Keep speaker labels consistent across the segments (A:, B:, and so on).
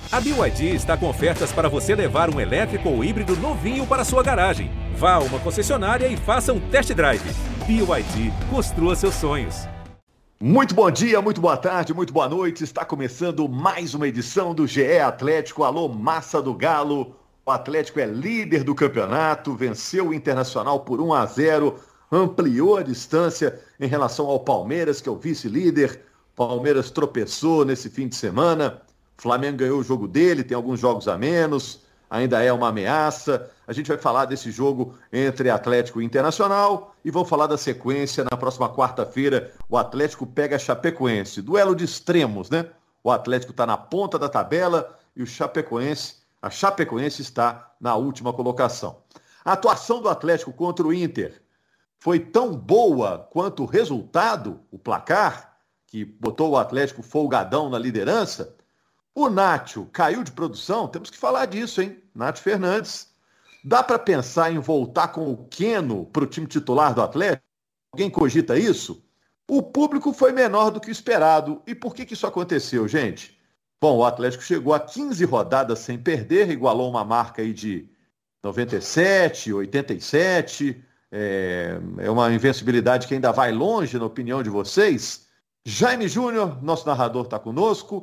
A: A BYD está com ofertas para você levar um elétrico ou híbrido novinho para sua garagem. Vá a uma concessionária e faça um test drive. BYD, construa seus sonhos.
B: Muito bom dia, muito boa tarde, muito boa noite. Está começando mais uma edição do GE Atlético. Alô, massa do Galo. O Atlético é líder do campeonato, venceu o Internacional por 1-0, ampliou a distância em relação ao Palmeiras, que é o vice-líder. Palmeiras tropeçou nesse fim de semana. O Flamengo ganhou o jogo dele, tem alguns jogos a menos, ainda é uma ameaça. A gente vai falar desse jogo entre Atlético e Internacional e vamos falar da sequência. Na próxima quarta-feira, o Atlético pega a Chapecoense. Duelo de extremos, né? O Atlético está na ponta da tabela e a Chapecoense está na última colocação. A atuação do Atlético contra o Inter foi tão boa quanto o resultado, o placar, que botou o Atlético folgadão na liderança. O Nacho caiu de produção, temos que falar disso, hein? Nacho Fernandes. Dá para pensar em voltar com o Keno para o time titular do Atlético? Alguém cogita isso? O público foi menor do que o esperado. E por que isso aconteceu, gente? Bom, o Atlético chegou a 15 rodadas sem perder, igualou uma marca aí de 97, 87. É uma invencibilidade que ainda vai longe, na opinião de vocês. Jaime Júnior, nosso narrador, está conosco.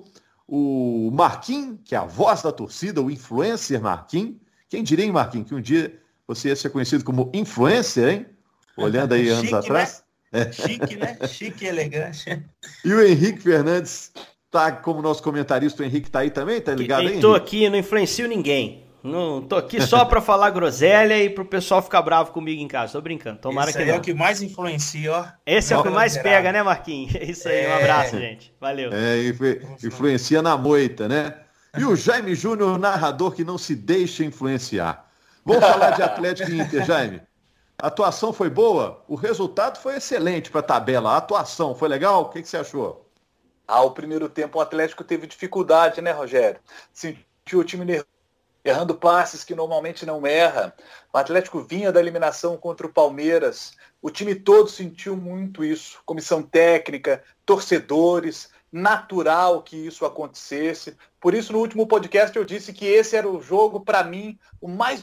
B: O Marquinhos, que é a voz da torcida, o influencer Marquinhos. Quem diria, hein, Marquinhos, que um dia você ia ser conhecido como influencer, hein? Olhando aí anos atrás.
C: Né? Chique, né? Chique e elegante.
B: E o Henrique Fernandes tá como nosso comentarista. O Henrique tá aí também? Tá ligado aí?
D: Tô aqui, não influencio ninguém. Não tô aqui só pra falar groselha e pro pessoal ficar bravo comigo em casa. Tô brincando, tomara que não.
C: Esse é o que mais influencia, ó.
D: Esse é o que mais pega, né, Marquinhos? É isso aí, um abraço, gente. Valeu.
B: Influencia na moita, né? E o Jaime Júnior, narrador que não se deixa influenciar. Vamos falar de Atlético e Inter, Jaime. A atuação foi boa? O resultado foi excelente pra tabela. A atuação foi legal? O que você achou?
E: O primeiro tempo o Atlético teve dificuldade, né, Rogério? Sentiu o time nervoso, errando passes que normalmente não erra. O Atlético vinha da eliminação contra o Palmeiras. O time todo sentiu muito isso. Comissão técnica, torcedores, natural que isso acontecesse. Por isso, no último podcast, eu disse que esse era o jogo, para mim, o mais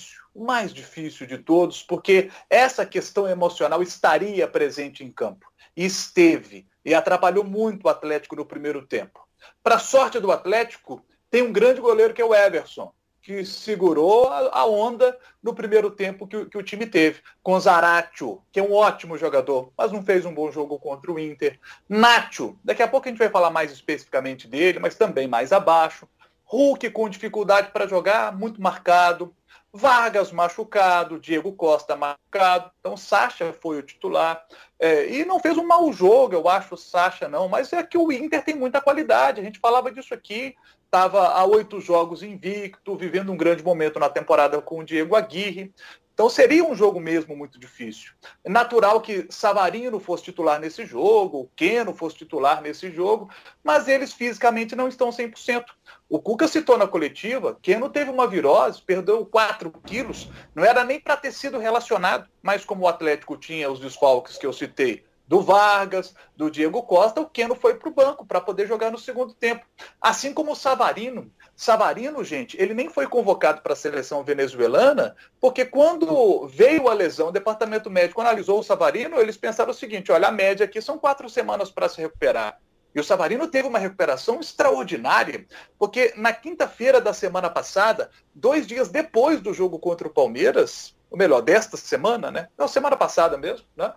E: difícil de todos, porque essa questão emocional estaria presente em campo. E esteve. E atrapalhou muito o Atlético no primeiro tempo. Para sorte do Atlético, tem um grande goleiro que é o Everson, que segurou a onda no primeiro tempo que o time teve. Com Zaratio, que é um ótimo jogador, mas não fez um bom jogo contra o Inter. Nacho, daqui a pouco a gente vai falar mais especificamente dele, mas também mais abaixo. Hulk com dificuldade para jogar, muito marcado. Vargas machucado, Diego Costa machucado. Então Sacha foi o titular. E não fez um mau jogo, eu acho, o Sacha não, mas é que o Inter tem muita qualidade. A gente falava disso aqui. Estava há 8 jogos invicto, vivendo um grande momento na temporada com o Diego Aguirre. Então seria um jogo mesmo muito difícil. É natural que Savarino fosse titular nesse jogo, o Keno fosse titular nesse jogo, mas eles fisicamente não estão 100%. O Cuca citou na coletiva, Keno teve uma virose, perdeu 4 quilos, não era nem para ter sido relacionado, mas como o Atlético tinha os desfalques que eu citei, do Vargas, do Diego Costa, o Keno foi para o banco para poder jogar no segundo tempo. Assim como o Savarino. Savarino, gente, ele nem foi convocado para a seleção venezuelana, porque quando veio a lesão, o departamento médico analisou o Savarino, eles pensaram o seguinte, olha, a média aqui são 4 semanas para se recuperar. E o Savarino teve uma recuperação extraordinária, porque na quinta-feira da semana passada, 2 dias depois do jogo contra o Palmeiras, ou melhor, desta semana, né? Não, semana passada mesmo, né?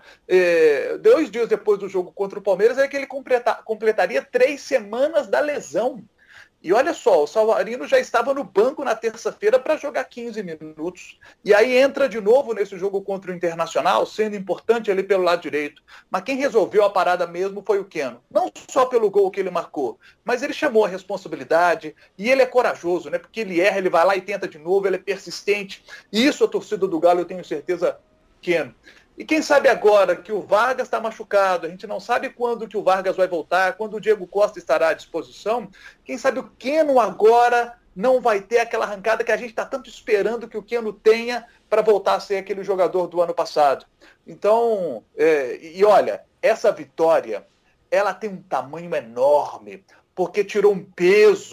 E: 2 dias depois do jogo contra o Palmeiras é que ele completaria 3 semanas da lesão. E olha só, o Savarino já estava no banco na terça-feira para jogar 15 minutos. E aí entra de novo nesse jogo contra o Internacional, sendo importante ali pelo lado direito. Mas quem resolveu a parada mesmo foi o Keno. Não só pelo gol que ele marcou, mas ele chamou a responsabilidade e ele é corajoso, né? Porque ele erra, ele vai lá e tenta de novo, ele é persistente. E isso a torcida do Galo, eu tenho certeza, Keno. E quem sabe agora que o Vargas está machucado, a gente não sabe quando que o Vargas vai voltar, quando o Diego Costa estará à disposição, quem sabe o Keno agora não vai ter aquela arrancada que a gente está tanto esperando que o Keno tenha para voltar a ser aquele jogador do ano passado. Então, olha, essa vitória, ela tem um tamanho enorme, porque tirou um peso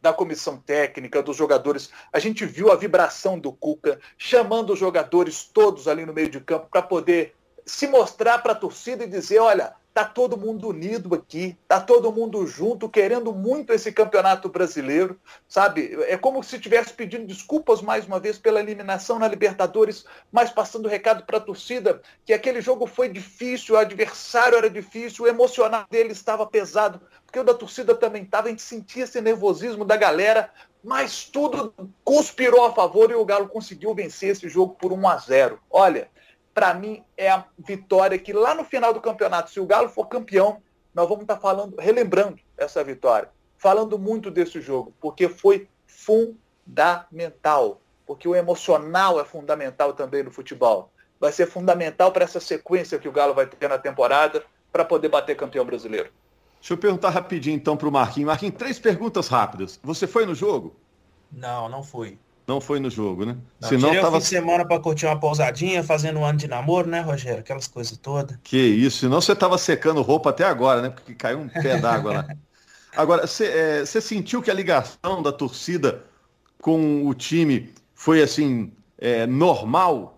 E: da comissão técnica, dos jogadores. A gente viu a vibração do Cuca, chamando os jogadores todos ali no meio de campo para poder se mostrar para a torcida e dizer, olha, tá todo mundo unido aqui, tá todo mundo junto, querendo muito esse campeonato brasileiro, sabe? É como se estivesse pedindo desculpas mais uma vez pela eliminação na Libertadores, mas passando recado para a torcida que aquele jogo foi difícil, o adversário era difícil, o emocional dele estava pesado, porque o da torcida também estava, a gente sentia esse nervosismo da galera, mas tudo conspirou a favor e o Galo conseguiu vencer esse jogo por 1-0. Olha, para mim é a vitória que lá no final do campeonato, se o Galo for campeão, nós vamos estar falando, relembrando essa vitória, falando muito desse jogo, porque foi fundamental, porque o emocional é fundamental também no futebol. Vai ser fundamental para essa sequência que o Galo vai ter na temporada para poder bater campeão brasileiro.
B: Deixa eu perguntar rapidinho então para o Marquinhos. Marquinhos, 3 perguntas rápidas. Você foi no jogo?
C: Não fui.
B: Não foi no jogo, né?
C: Não,
B: senão
C: tirei
B: tava...
C: o fim de semana pra curtir uma pousadinha, fazendo um ano de namoro, né, Rogério? Aquelas coisas todas.
B: Que isso, senão você tava secando roupa até agora, né? Porque caiu um pé d'água lá. Agora, você sentiu que a ligação da torcida com o time foi assim, normal?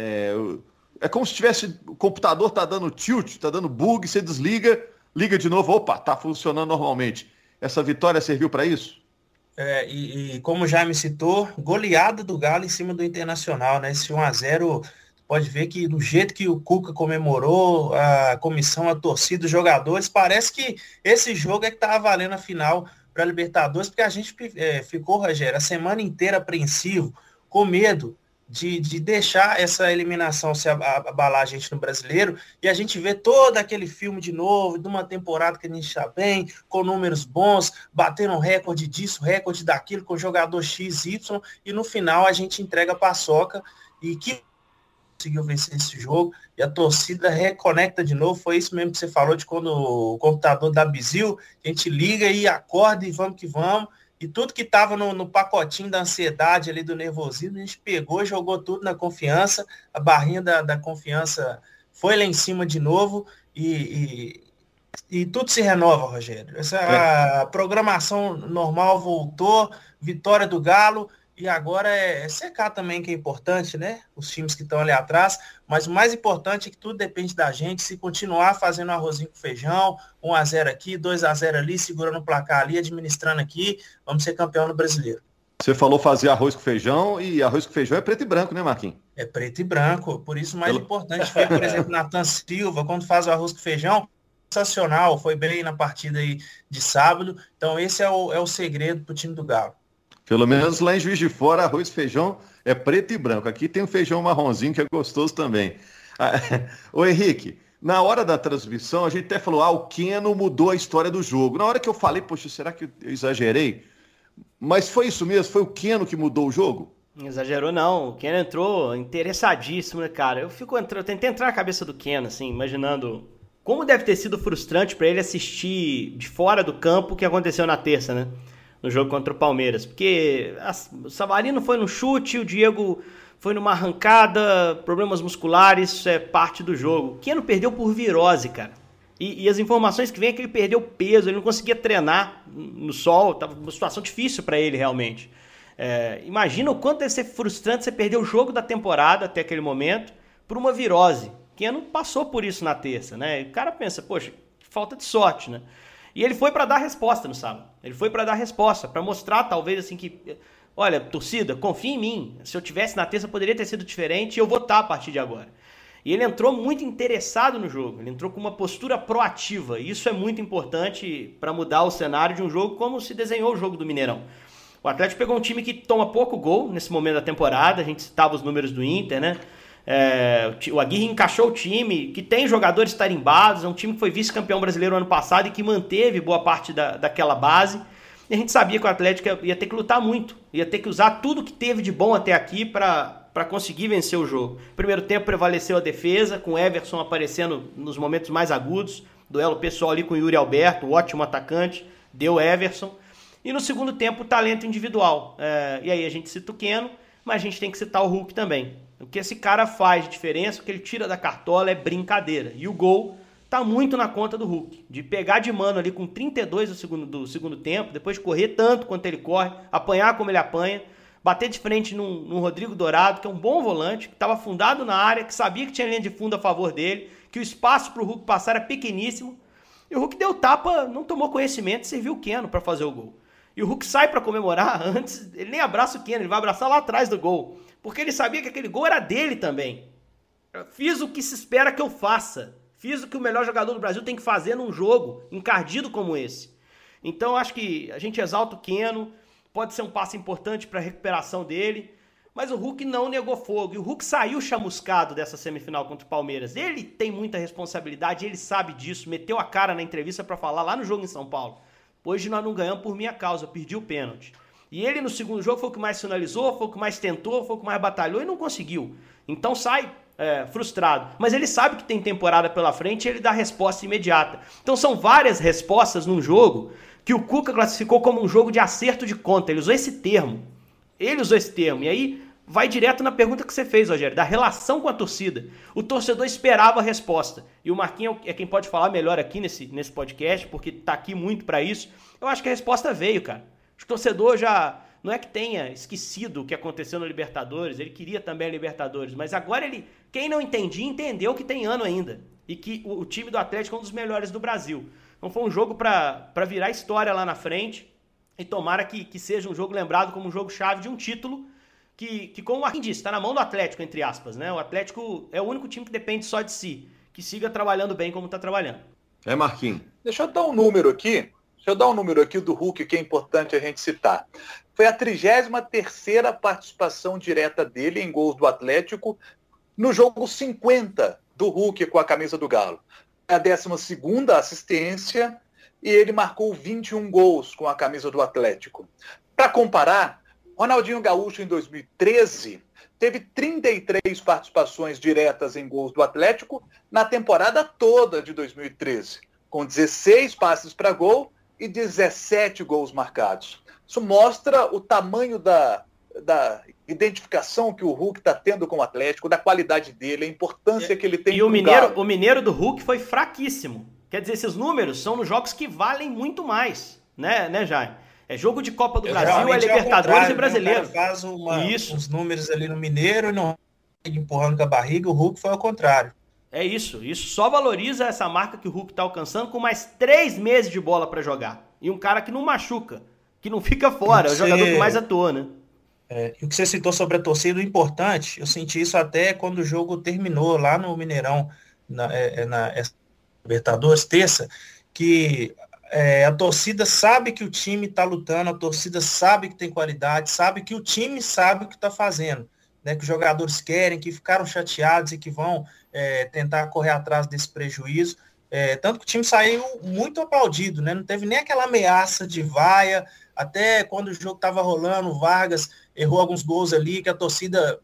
B: É como se tivesse, o computador tá dando tilt, tá dando bug, você desliga, liga de novo, opa, tá funcionando normalmente. Essa vitória serviu para isso?
C: E como o Jaime citou, goleada do Galo em cima do Internacional, né? Esse 1-0, pode ver que do jeito que o Cuca comemorou, a comissão, a torcida, os jogadores, parece que esse jogo é que estava valendo a final para a Libertadores, porque a gente ficou, Rogério, a semana inteira apreensivo, com medo de deixar essa eliminação se abalar a gente no Brasileiro, e a gente vê todo aquele filme de novo, de uma temporada que a gente está bem, com números bons, batendo um recorde disso, recorde daquilo, com jogador XY, e no final a gente entrega a paçoca, e que conseguiu vencer esse jogo, e a torcida reconecta de novo. Foi isso mesmo que você falou, de quando o computador da Bizil, a gente liga e acorda e vamos que vamos. E tudo que estava no pacotinho da ansiedade ali, do nervosismo, a gente pegou, jogou tudo na confiança, a barrinha da confiança foi lá em cima de novo e tudo se renova, Rogério. A programação normal voltou, vitória do Galo, e agora é secar também, que é importante, né? Os times que estão ali atrás, mas o mais importante é que tudo depende da gente. Se continuar fazendo arrozinho com feijão, 1-0 aqui, 2-0 ali, segurando o placar ali, administrando aqui, vamos ser campeão no Brasileiro.
B: Você falou fazer arroz com feijão, e arroz com feijão é preto e branco, né, Marquinhos?
C: É preto e branco, por isso mais importante ver, por exemplo, Nathan Silva, quando faz o arroz com feijão, sensacional, foi bem na partida aí de sábado, então esse é o segredo pro time do Galo.
B: Pelo menos lá em Juiz de Fora, arroz e feijão é preto e branco. Aqui tem o feijão marronzinho, que é gostoso também. Ô Henrique, na hora da transmissão, a gente até falou, o Keno mudou a história do jogo. Na hora que eu falei, poxa, será que eu exagerei? Mas foi isso mesmo? Foi o Keno que mudou o jogo?
D: Não exagerou, não. O Keno entrou interessadíssimo, né, cara? Eu tentei entrar na cabeça do Keno, assim, imaginando como deve ter sido frustrante para ele assistir de fora do campo o que aconteceu na terça, né? No jogo contra o Palmeiras, porque o Savarino foi no chute, o Diego foi numa arrancada, problemas musculares, isso é parte do jogo. O Keno perdeu por virose, cara. E as informações que vem é que ele perdeu peso, ele não conseguia treinar no sol, estava uma situação difícil para ele realmente. Imagina o quanto deve ser frustrante você perder o jogo da temporada até aquele momento por uma virose. O Keno passou por isso na terça, né? E o cara pensa, poxa, que falta de sorte, né? E ele foi para dar resposta no sábado. Ele foi para dar resposta, para mostrar talvez assim que, olha, torcida, confia em mim. Se eu tivesse na terça poderia ter sido diferente e eu vou estar a partir de agora. E ele entrou muito interessado no jogo. Ele entrou com uma postura proativa. E isso é muito importante para mudar o cenário de um jogo como se desenhou o jogo do Mineirão. O Atlético pegou um time que toma pouco gol nesse momento da temporada. A gente citava os números do Inter, né? O Aguirre encaixou o time, que tem jogadores tarimbados, é um time que foi vice-campeão brasileiro ano passado e que manteve boa parte daquela base, e a gente sabia que o Atlético ia ter que lutar muito, ia ter que usar tudo que teve de bom até aqui para conseguir vencer o jogo. Primeiro tempo prevaleceu a defesa, com o Everson aparecendo nos momentos mais agudos, duelo pessoal ali com o Yuri Alberto, ótimo atacante, deu Everson, e no segundo tempo o talento individual, e aí a gente cita o Keno, mas a gente tem que citar o Hulk também. O que esse cara faz de diferença, o que ele tira da cartola é brincadeira. E o gol tá muito na conta do Hulk, de pegar de mano ali com 32 do segundo tempo, depois de correr tanto quanto ele corre, apanhar como ele apanha, bater de frente num Rodrigo Dourado, que é um bom volante, que estava afundado na área, que sabia que tinha linha de fundo a favor dele, que o espaço para o Hulk passar era pequeníssimo, e o Hulk deu tapa, não tomou conhecimento e serviu o Keno para fazer o gol. E o Hulk sai para comemorar antes, ele nem abraça o Keno, ele vai abraçar lá atrás do gol, porque ele sabia que aquele gol era dele também. Fiz o que se espera que eu faça. Fiz o que o melhor jogador do Brasil tem que fazer num jogo encardido como esse. Então, acho que a gente exalta o Keno, pode ser um passo importante para a recuperação dele, mas o Hulk não negou fogo. E o Hulk saiu chamuscado dessa semifinal contra o Palmeiras. Ele tem muita responsabilidade, ele sabe disso, meteu a cara na entrevista para falar lá no jogo em São Paulo. Hoje nós não ganhamos por minha causa, eu perdi o pênalti. E ele no segundo jogo foi o que mais finalizou, foi o que mais tentou, foi o que mais batalhou e não conseguiu. Então sai frustrado. Mas ele sabe que tem temporada pela frente e ele dá resposta imediata. Então são várias respostas num jogo que o Cuca classificou como um jogo de acerto de conta. Ele usou esse termo. E aí vai direto na pergunta que você fez, Rogério, da relação com a torcida. O torcedor esperava a resposta. E o Marquinhos é quem pode falar melhor aqui nesse podcast, porque tá aqui muito para isso. Eu acho que a resposta veio, cara. O torcedor já não é que tenha esquecido o que aconteceu no Libertadores, ele queria também a Libertadores, mas agora quem não entendia, entendeu que tem ano ainda. E que o time do Atlético é um dos melhores do Brasil. Então foi um jogo para virar história lá na frente. E tomara que seja um jogo lembrado como um jogo-chave de um título que como o Marquinhos disse, está na mão do Atlético, entre aspas, né? O Atlético é o único time que depende só de si. Que siga trabalhando bem como está trabalhando.
B: Marquinhos.
E: Deixa eu dar um número aqui. Do Hulk, que é importante a gente citar. Foi a 33ª participação direta dele em gols do Atlético no jogo 50 do Hulk com a camisa do Galo. A 12ª assistência e ele marcou 21 gols com a camisa do Atlético. Para comparar, Ronaldinho Gaúcho em 2013 teve 33 participações diretas em gols do Atlético na temporada toda de 2013, com 16 passes para gol e 17 gols marcados. Isso mostra o tamanho da identificação que o Hulk está tendo com o Atlético, da qualidade dele, a importância que ele tem.
D: E o Mineiro do Hulk foi fraquíssimo. Quer dizer, esses números são nos jogos que valem muito mais, né, Jaime? É jogo de Copa do Brasil, é Libertadores e Brasileiro.
C: O cara faz uns números ali no Mineiro e não empurrando com a barriga, o Hulk foi ao contrário.
D: É isso só valoriza essa marca que o Hulk está alcançando com mais 3 meses de bola para jogar. E um cara que não machuca, que não fica fora, é o jogador que mais atua, né?
C: E o que você citou sobre a torcida, o importante, eu senti isso até quando o jogo terminou lá no Mineirão, na Libertadores, terça, que a torcida sabe que o time está lutando, a torcida sabe que tem qualidade, sabe que o time sabe o que está fazendo, né, que os jogadores querem, que ficaram chateados e que vão tentar correr atrás desse prejuízo. Tanto que o time saiu muito aplaudido, né? Não teve nem aquela ameaça de vaia, até quando o jogo estava rolando, o Vargas errou alguns gols ali, que a torcida,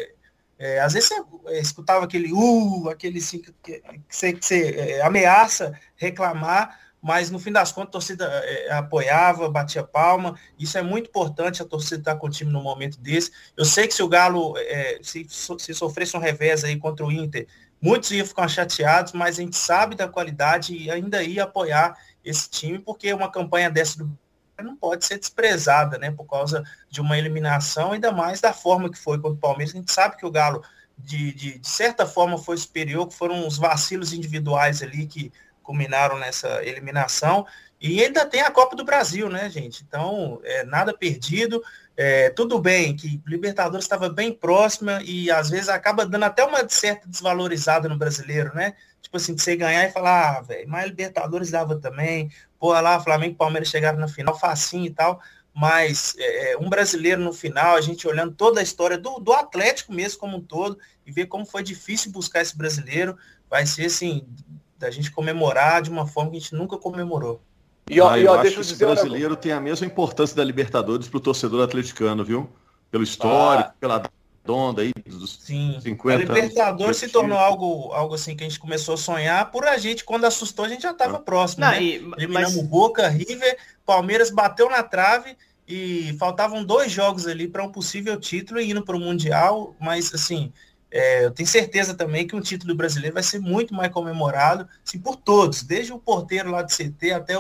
C: às vezes você escutava aquele assim, que você ameaça reclamar, mas no fim das contas a torcida apoiava, batia palma. Isso é muito importante, a torcida estar com o time num momento desse. Eu sei que se o Galo se sofresse um revés aí contra o Inter, muitos iam ficar chateados, mas a gente sabe da qualidade e ainda ia apoiar esse time, porque uma campanha dessa não pode ser desprezada, né, por causa de uma eliminação, ainda mais da forma que foi contra o Palmeiras. A gente sabe que o Galo, de certa forma, foi superior, que foram uns vacilos individuais ali que culminaram nessa eliminação, e ainda tem a Copa do Brasil, né, gente? Então, nada perdido. Tudo bem que o Libertadores estava bem próxima e às vezes acaba dando até uma certa desvalorizada no brasileiro, né? Tipo assim, de você ganhar e falar, velho, mas Libertadores dava também, pô, lá, Flamengo e Palmeiras chegaram na final, facinho e tal, mas um brasileiro no final, a gente olhando toda a história do Atlético mesmo como um todo, e ver como foi difícil buscar esse brasileiro, vai ser assim, da gente comemorar de uma forma que a gente nunca comemorou.
B: Eu acho que esse brasileiro tem a mesma importância da Libertadores para o torcedor atleticano, viu? Pelo histórico, pela onda aí dos 50 anos.
C: A Libertadores se tornou algo assim que a gente começou a sonhar, por a gente, quando assustou, a gente já estava próximo, né? Eliminamos Boca, River, Palmeiras bateu na trave e faltavam 2 jogos ali para um possível título e indo para o Mundial, mas assim, eu tenho certeza também que o título brasileiro vai ser muito mais comemorado, assim, por todos, desde o porteiro lá do CT até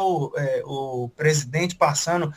C: o presidente passando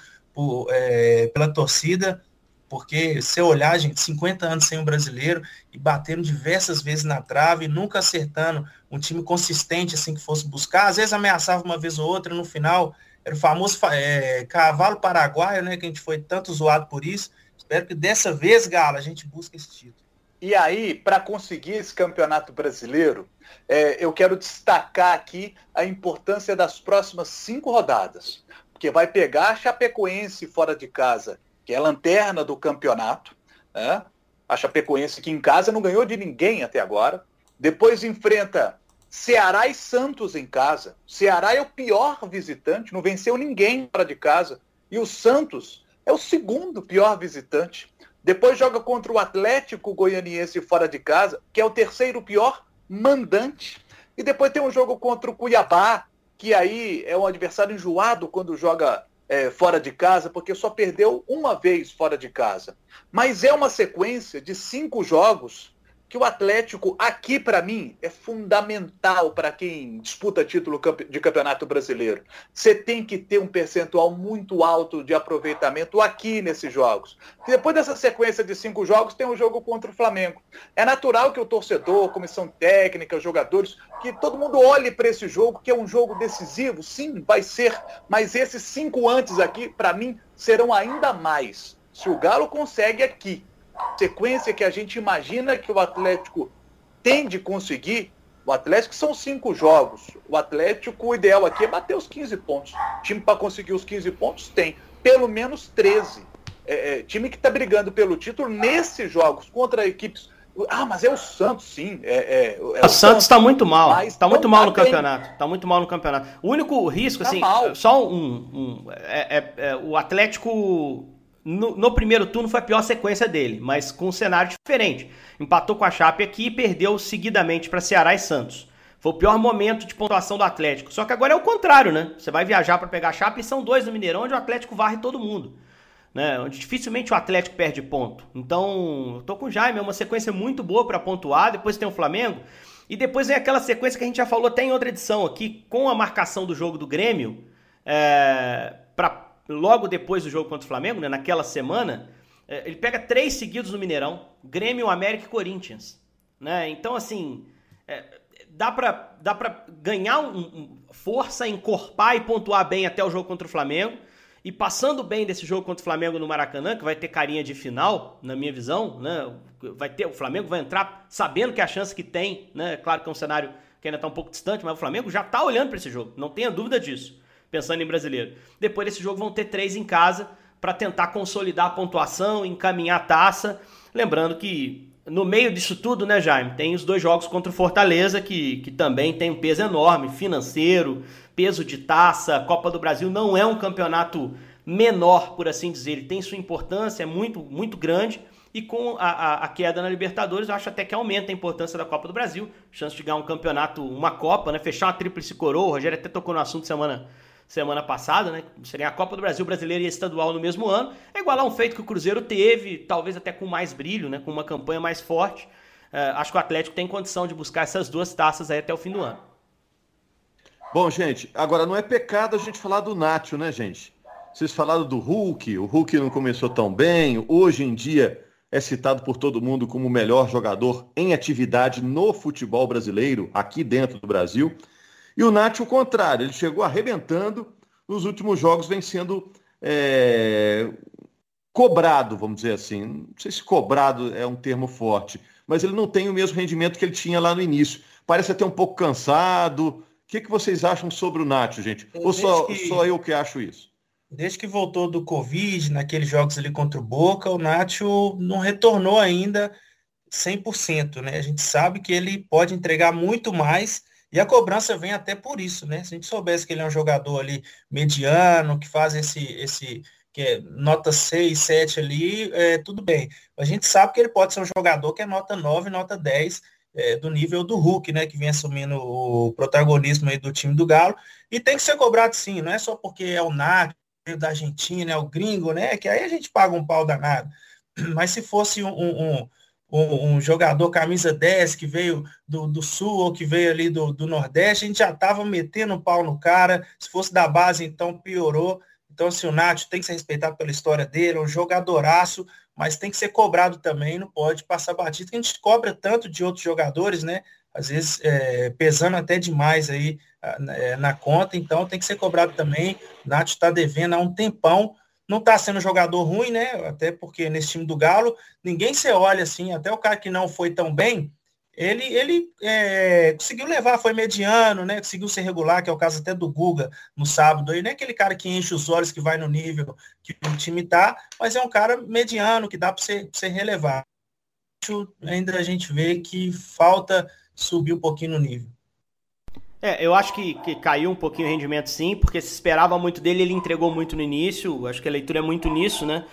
C: pela torcida, porque se eu olhar, gente, 50 anos sem um brasileiro e batendo diversas vezes na trave, nunca acertando um time consistente assim que fosse buscar, às vezes ameaçava uma vez ou outra, no final era o famoso cavalo paraguaio, né, que a gente foi tanto zoado por isso. Espero que dessa vez, Galo, a gente busque esse título.
E: E aí, para conseguir esse campeonato brasileiro, eu quero destacar aqui a importância das próximas 5 rodadas, porque vai pegar a Chapecoense fora de casa, que é a lanterna do campeonato, né? A Chapecoense que em casa não ganhou de ninguém até agora. Depois enfrenta Ceará e Santos em casa. Ceará é o pior visitante, não venceu ninguém fora de casa. E o Santos é o segundo pior visitante. Depois joga contra o Atlético Goianiense fora de casa, que é o terceiro pior mandante. E depois tem um jogo contra o Cuiabá, que aí é um adversário enjoado quando joga fora de casa, porque só perdeu uma vez fora de casa. Mas é uma sequência de 5 jogos que o Atlético, aqui para mim, é fundamental para quem disputa título de campeonato brasileiro. Você tem que ter um percentual muito alto de aproveitamento aqui nesses jogos. E depois dessa sequência de 5 jogos, tem um jogo contra o Flamengo. É natural que o torcedor, comissão técnica, os jogadores, que todo mundo olhe para esse jogo, que é um jogo decisivo. Sim, vai ser. Mas esses 5 antes aqui, para mim, serão ainda mais. Se o Galo consegue aqui sequência que a gente imagina que o Atlético tem de conseguir, o Atlético são 5 jogos. O Atlético, o ideal aqui é bater os 15 pontos. O time para conseguir os 15 pontos tem pelo menos 13. Time que está brigando pelo título nesses jogos contra equipes. Mas é o Santos, sim.
D: O Santos está muito mal. Está muito mal no campeonato. Está muito mal no campeonato. O único risco, assim, só o Atlético no primeiro turno foi a pior sequência dele, mas com um cenário diferente. Empatou com a Chape aqui e perdeu seguidamente para Ceará e Santos. Foi o pior momento de pontuação do Atlético. Só que agora é o contrário, né? Você vai viajar para pegar a Chape e são 2 no Mineirão, onde o Atlético varre todo mundo, né? Onde dificilmente o Atlético perde ponto. Então, eu tô com o Jaime, é uma sequência muito boa para pontuar. Depois tem o Flamengo. E depois vem aquela sequência que a gente já falou até em outra edição aqui, com a marcação do jogo do Grêmio, logo depois do jogo contra o Flamengo, né, naquela semana, ele pega 3 seguidos no Mineirão, Grêmio, América e Corinthians, né? Então, assim, dá pra ganhar força, encorpar e pontuar bem até o jogo contra o Flamengo, e passando bem desse jogo contra o Flamengo no Maracanã, que vai ter carinha de final, na minha visão, né? O Flamengo vai entrar sabendo que a chance que tem, né? Claro que é um cenário que ainda está um pouco distante, mas o Flamengo já está olhando para esse jogo, não tenha dúvida disso, pensando em brasileiro. Depois desse jogo vão ter 3 em casa para tentar consolidar a pontuação, encaminhar a taça. Lembrando que no meio disso tudo, né, Jaime, tem os 2 jogos contra o Fortaleza, que também tem um peso enorme, financeiro, peso de taça. A Copa do Brasil não é um campeonato menor, por assim dizer. Ele tem sua importância, é muito, muito grande. E com a queda na Libertadores, eu acho até que aumenta a importância da Copa do Brasil. Chance de ganhar um campeonato, uma Copa, né? Fechar uma tríplice coroa. O Rogério até tocou no assunto semana passada, né? Você ganhar a Copa do Brasil brasileira e a estadual no mesmo ano. É igualar um feito que o Cruzeiro teve, talvez até com mais brilho, né? Com uma campanha mais forte. Acho que o Atlético tem condição de buscar essas 2 taças aí até o fim do ano.
B: Bom, gente, agora não é pecado a gente falar do Nacho, né, gente? Vocês falaram do Hulk, o Hulk não começou tão bem, hoje em dia é citado por todo mundo como o melhor jogador em atividade no futebol brasileiro, aqui dentro do Brasil. E o Nacho, o contrário, ele chegou arrebentando, nos últimos jogos vem sendo cobrado, vamos dizer assim. Não sei se cobrado é um termo forte, mas ele não tem o mesmo rendimento que ele tinha lá no início. Parece até um pouco cansado. O que vocês acham sobre o Nacho, gente? Ou só eu que acho isso?
C: Desde que voltou do Covid, naqueles jogos ali contra o Boca, o Nacho não retornou ainda 100%, né? A gente sabe que ele pode entregar muito mais e a cobrança vem até por isso, né? Se a gente soubesse que ele é um jogador ali mediano, que faz esse que é nota 6, 7 ali, tudo bem. A gente sabe que ele pode ser um jogador que é nota 9, nota 10, do nível do Hulk, né, que vem assumindo o protagonismo aí do time do Galo, e tem que ser cobrado sim, não é só porque é o Nacho, da Argentina, é o gringo, né, que aí a gente paga um pau danado, mas se fosse um jogador camisa 10 que veio do Sul ou que veio ali do Nordeste, a gente já estava metendo um pau no cara. Se fosse da base, então piorou. Então, assim, o Nacho tem que ser respeitado pela história dele, é um jogadoraço, mas tem que ser cobrado também, não pode passar batido, que a gente cobra tanto de outros jogadores, né? Às vezes pesando até demais aí na conta, então tem que ser cobrado também. O Nacho está devendo há um tempão, não está sendo um jogador ruim, né? Até porque nesse time do Galo, ninguém se olha assim, até o cara que não foi tão bem, ele conseguiu levar, foi mediano, né? Conseguiu ser regular, que é o caso até do Guga no sábado. Aí não é aquele cara que enche os olhos, que vai no nível que o time tá, mas é um cara mediano, que dá para você relevar. Ainda a gente vê que falta subir um pouquinho no nível.
D: Eu acho que caiu um pouquinho o rendimento sim, porque se esperava muito dele, ele entregou muito no início, acho que a leitura é muito nisso, né?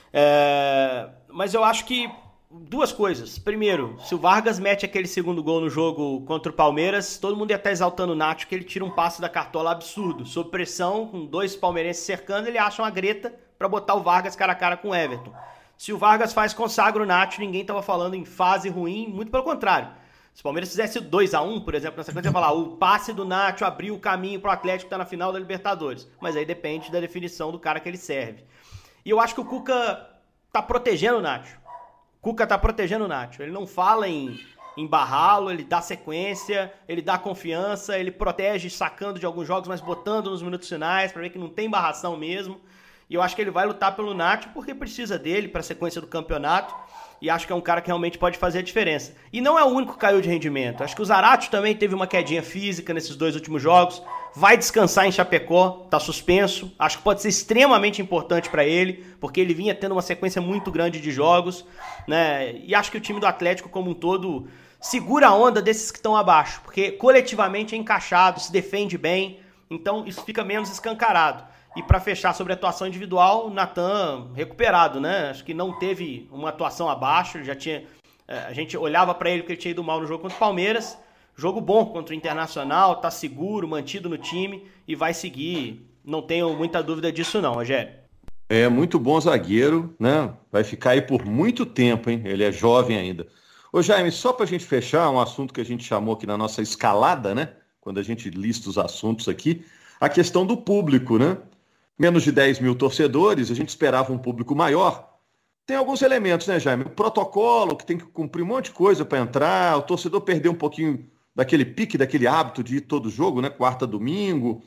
D: Mas eu acho que duas coisas. Primeiro, se o Vargas mete aquele segundo gol no jogo contra o Palmeiras, todo mundo ia estar exaltando o Nacho, que ele tira um passe da cartola absurdo. Sob pressão, com 2 palmeirenses cercando, ele acha uma greta para botar o Vargas cara a cara com o Everton. Se o Vargas faz consagra o Nacho, ninguém estava falando em fase ruim, muito pelo contrário. Se o Palmeiras fizesse 2-1, por exemplo, nessa sequência, ia falar, o passe do Nacho abriu o caminho para o Atlético que está na final da Libertadores. Mas aí depende da definição do cara que ele serve. E eu acho que o Cuca tá protegendo o Nacho. Cuca tá protegendo o Nacho. Ele não fala em barrá-lo, ele dá sequência, ele dá confiança, ele protege sacando de alguns jogos, mas botando nos minutos finais para ver que não tem barração mesmo. E eu acho que ele vai lutar pelo Nacho porque precisa dele para a sequência do campeonato. E acho que é um cara que realmente pode fazer a diferença. E não é o único que caiu de rendimento. Acho que o Zarate também teve uma quedinha física nesses 2 últimos jogos. Vai descansar em Chapecó, tá suspenso. Acho que pode ser extremamente importante para ele, porque ele vinha tendo uma sequência muito grande de jogos, né? E acho que o time do Atlético como um todo segura a onda desses que estão abaixo, porque coletivamente é encaixado, se defende bem, então isso fica menos escancarado. E para fechar sobre a atuação individual, o Natan recuperado, né? Acho que não teve uma atuação abaixo, já tinha, a gente olhava para ele porque ele tinha ido mal no jogo contra o Palmeiras. Jogo bom contra o Internacional, tá seguro, mantido no time e vai seguir. Não tenho muita dúvida disso não, Rogério.
B: É muito bom zagueiro, né? Vai ficar aí por muito tempo, hein? Ele é jovem ainda. Ô Jaime, só para a gente fechar um assunto que a gente chamou aqui na nossa escalada, né? Quando a gente lista os assuntos aqui, a questão do público, né? Menos de 10 mil torcedores, a gente esperava um público maior. Tem alguns elementos, né, Jaime? O protocolo, que tem que cumprir um monte de coisa para entrar, o torcedor perdeu um pouquinho daquele pique, daquele hábito de ir todo jogo, né? Quarta, domingo.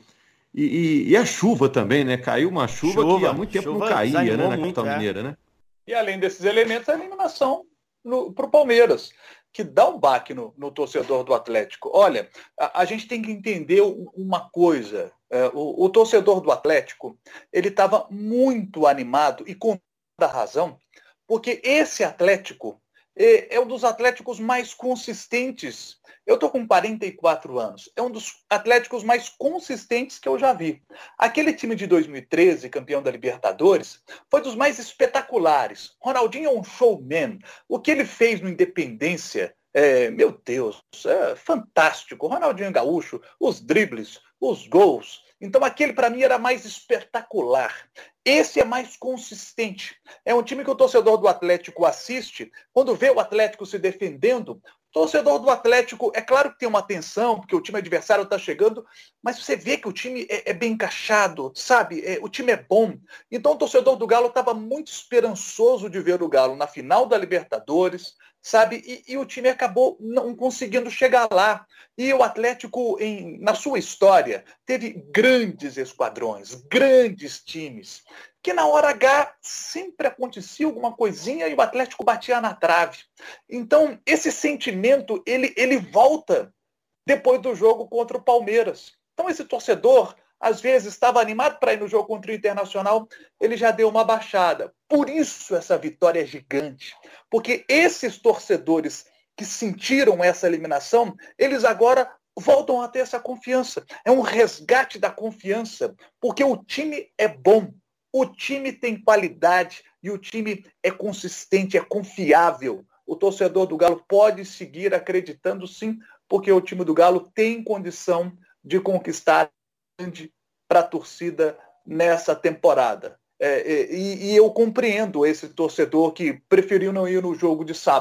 B: E a chuva também, né? Caiu uma chuva que há muito tempo não caía, né? Na capital mineira, né?
E: E além desses elementos, a eliminação para o Palmeiras, que dá um baque no torcedor do Atlético. Olha, a gente tem que entender uma coisa. O torcedor do Atlético, ele estava muito animado e com toda razão, porque esse Atlético é um dos Atléticos mais consistentes. Eu estou com 44 anos. É um dos Atléticos mais consistentes que eu já vi. Aquele time de 2013, campeão da Libertadores, foi dos mais espetaculares. Ronaldinho é um showman. O que ele fez no Independência, meu Deus, é fantástico. Ronaldinho Gaúcho, os dribles, os gols. Então aquele para mim era mais espetacular. Esse é mais consistente. É um time que o torcedor do Atlético assiste, quando vê o Atlético se defendendo, o torcedor do Atlético, é claro que tem uma tensão, porque o time adversário está chegando, mas você vê que o time é bem encaixado, sabe? O time é bom. Então o torcedor do Galo estava muito esperançoso de ver o Galo na final da Libertadores, sabe? E o time acabou não conseguindo chegar lá. E o Atlético, na sua história, teve grandes esquadrões, grandes times, que na hora H sempre acontecia alguma coisinha e o Atlético batia na trave. Então, esse sentimento, ele volta depois do jogo contra o Palmeiras. Então, esse torcedor, às vezes, estava animado para ir no jogo contra o Internacional, ele já deu uma baixada. Por isso essa vitória é gigante. Porque esses torcedores que sentiram essa eliminação, eles agora voltam a ter essa confiança. É um resgate da confiança, porque o time é bom, o time tem qualidade e o time é consistente, é confiável. O torcedor do Galo pode seguir acreditando sim, porque o time do Galo tem condição de conquistar para a torcida nessa temporada. E eu compreendo esse torcedor que preferiu não ir no jogo de sábado,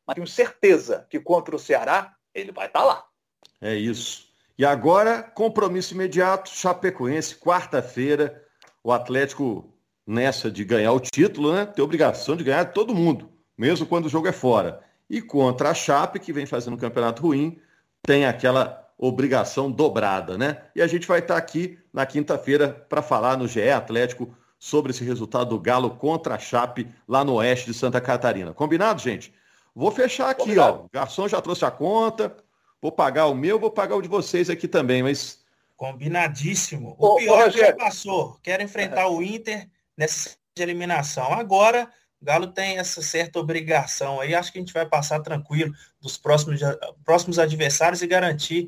E: mas tenho certeza que contra o Ceará ele vai estar lá.
B: É isso. E agora, compromisso imediato, Chapecoense, quarta-feira, o Atlético nessa de ganhar o título, né? Tem obrigação de ganhar todo mundo, mesmo quando o jogo é fora. E contra a Chape, que vem fazendo um campeonato ruim, tem aquela obrigação dobrada, né? E a gente vai estar aqui na quinta-feira para falar no GE Atlético sobre esse resultado do Galo contra a Chape lá no oeste de Santa Catarina. Combinado, gente? Vou fechar aqui, Combinado. Ó. O garçom já trouxe a conta. Vou pagar o meu, vou pagar o de vocês aqui também, mas...
C: Combinadíssimo. O pior já passou. Quero enfrentar o Inter nessa eliminação. Agora, o Galo tem essa certa obrigação aí. Acho que a gente vai passar tranquilo dos próximos adversários e garantir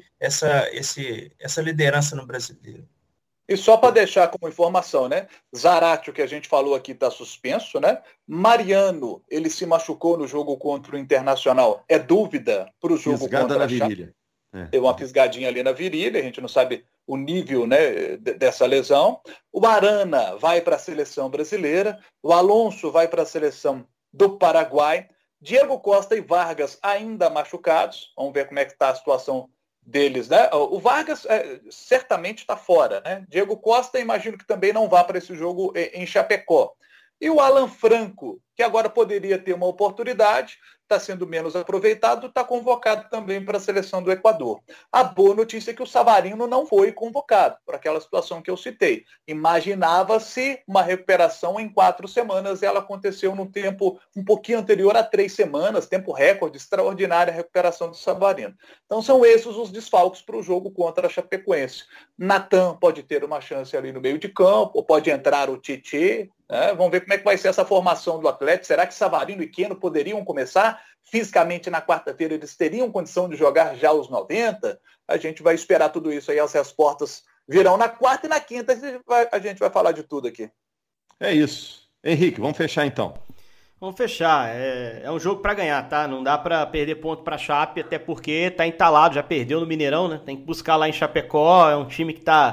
C: essa liderança no Brasileiro.
E: E só para deixar como informação, né? Zaratio, que a gente falou aqui, está suspenso, né? Mariano, ele se machucou no jogo contra o Internacional. É dúvida para o jogo contra a Chape. Deu uma pisgadinha ali na virilha, a gente não sabe o nível, né, dessa lesão. O Arana vai para a seleção brasileira. O Alonso vai para a seleção do Paraguai. Diego Costa e Vargas ainda machucados. Vamos ver como é que está a situação deles, né? O Vargas certamente está fora, né? Diego Costa, imagino que também não vá para esse jogo em Chapecó. E o Alan Franco, que agora poderia ter uma oportunidade, está sendo menos aproveitado, está convocado também para a seleção do Equador. A boa notícia é que o Savarino não foi convocado, por aquela situação que eu citei. Imaginava-se uma recuperação em 4 semanas, e ela aconteceu num tempo um pouquinho anterior a 3 semanas, tempo recorde, extraordinária a recuperação do Savarino. Então são esses os desfalques para o jogo contra a Chapecoense. Natan pode ter uma chance ali no meio de campo, ou pode entrar o Tite. Vamos ver como é que vai ser essa formação do Atlético. Será que Savarino e Keno poderiam começar? Fisicamente, na quarta-feira, eles teriam condição de jogar já os 90? A gente vai esperar tudo isso aí. As respostas virão na quarta e na quinta. A gente vai falar de tudo aqui.
B: É isso. Henrique, vamos fechar então.
D: Vamos fechar. É um jogo para ganhar, tá? Não dá para perder ponto para Chape, até porque tá entalado, já perdeu no Mineirão, né? Tem que buscar lá em Chapecó. É um time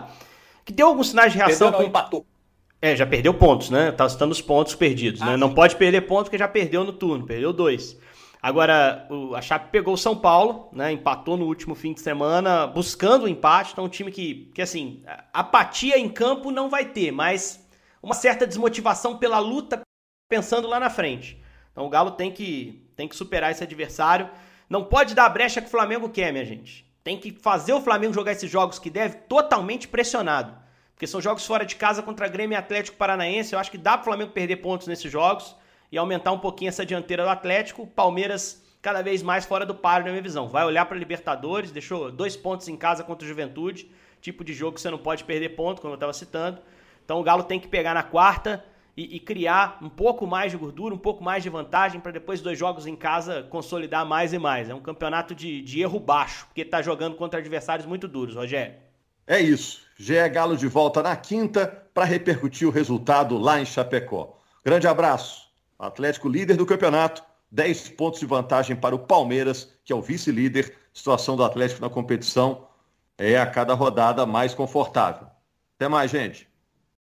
D: que deu alguns sinais de reação.
E: Perdeu, não, empatou.
D: Já perdeu pontos, né? Tá citando os pontos perdidos, né? Não pode perder pontos porque já perdeu no turno, perdeu 2. Agora, a Chape pegou o São Paulo, né? Empatou no último fim de semana, buscando o empate. Então, um time que assim, apatia em campo não vai ter, mas uma certa desmotivação pela luta, pensando lá na frente. Então, o Galo tem que superar esse adversário. Não pode dar a brecha que o Flamengo quer, minha gente. Tem que fazer o Flamengo jogar esses jogos que deve totalmente pressionado. Porque são jogos fora de casa contra Grêmio e Atlético Paranaense. Eu acho que dá para o Flamengo perder pontos nesses jogos e aumentar um pouquinho essa dianteira do Atlético. Palmeiras cada vez mais fora do páreo, na minha visão. Vai olhar para a Libertadores, deixou 2 pontos em casa contra o Juventude. Tipo de jogo que você não pode perder ponto, como eu estava citando. Então o Galo tem que pegar na quarta e criar um pouco mais de gordura, um pouco mais de vantagem para depois 2 jogos em casa consolidar mais e mais. É um campeonato de erro baixo, porque está jogando contra adversários muito duros, Rogério.
B: É isso. GE Galo de volta na quinta para repercutir o resultado lá em Chapecó. Grande abraço. Atlético líder do campeonato, 10 pontos de vantagem para o Palmeiras, que é o vice-líder. Situação do Atlético na competição é a cada rodada mais confortável. Até mais, gente.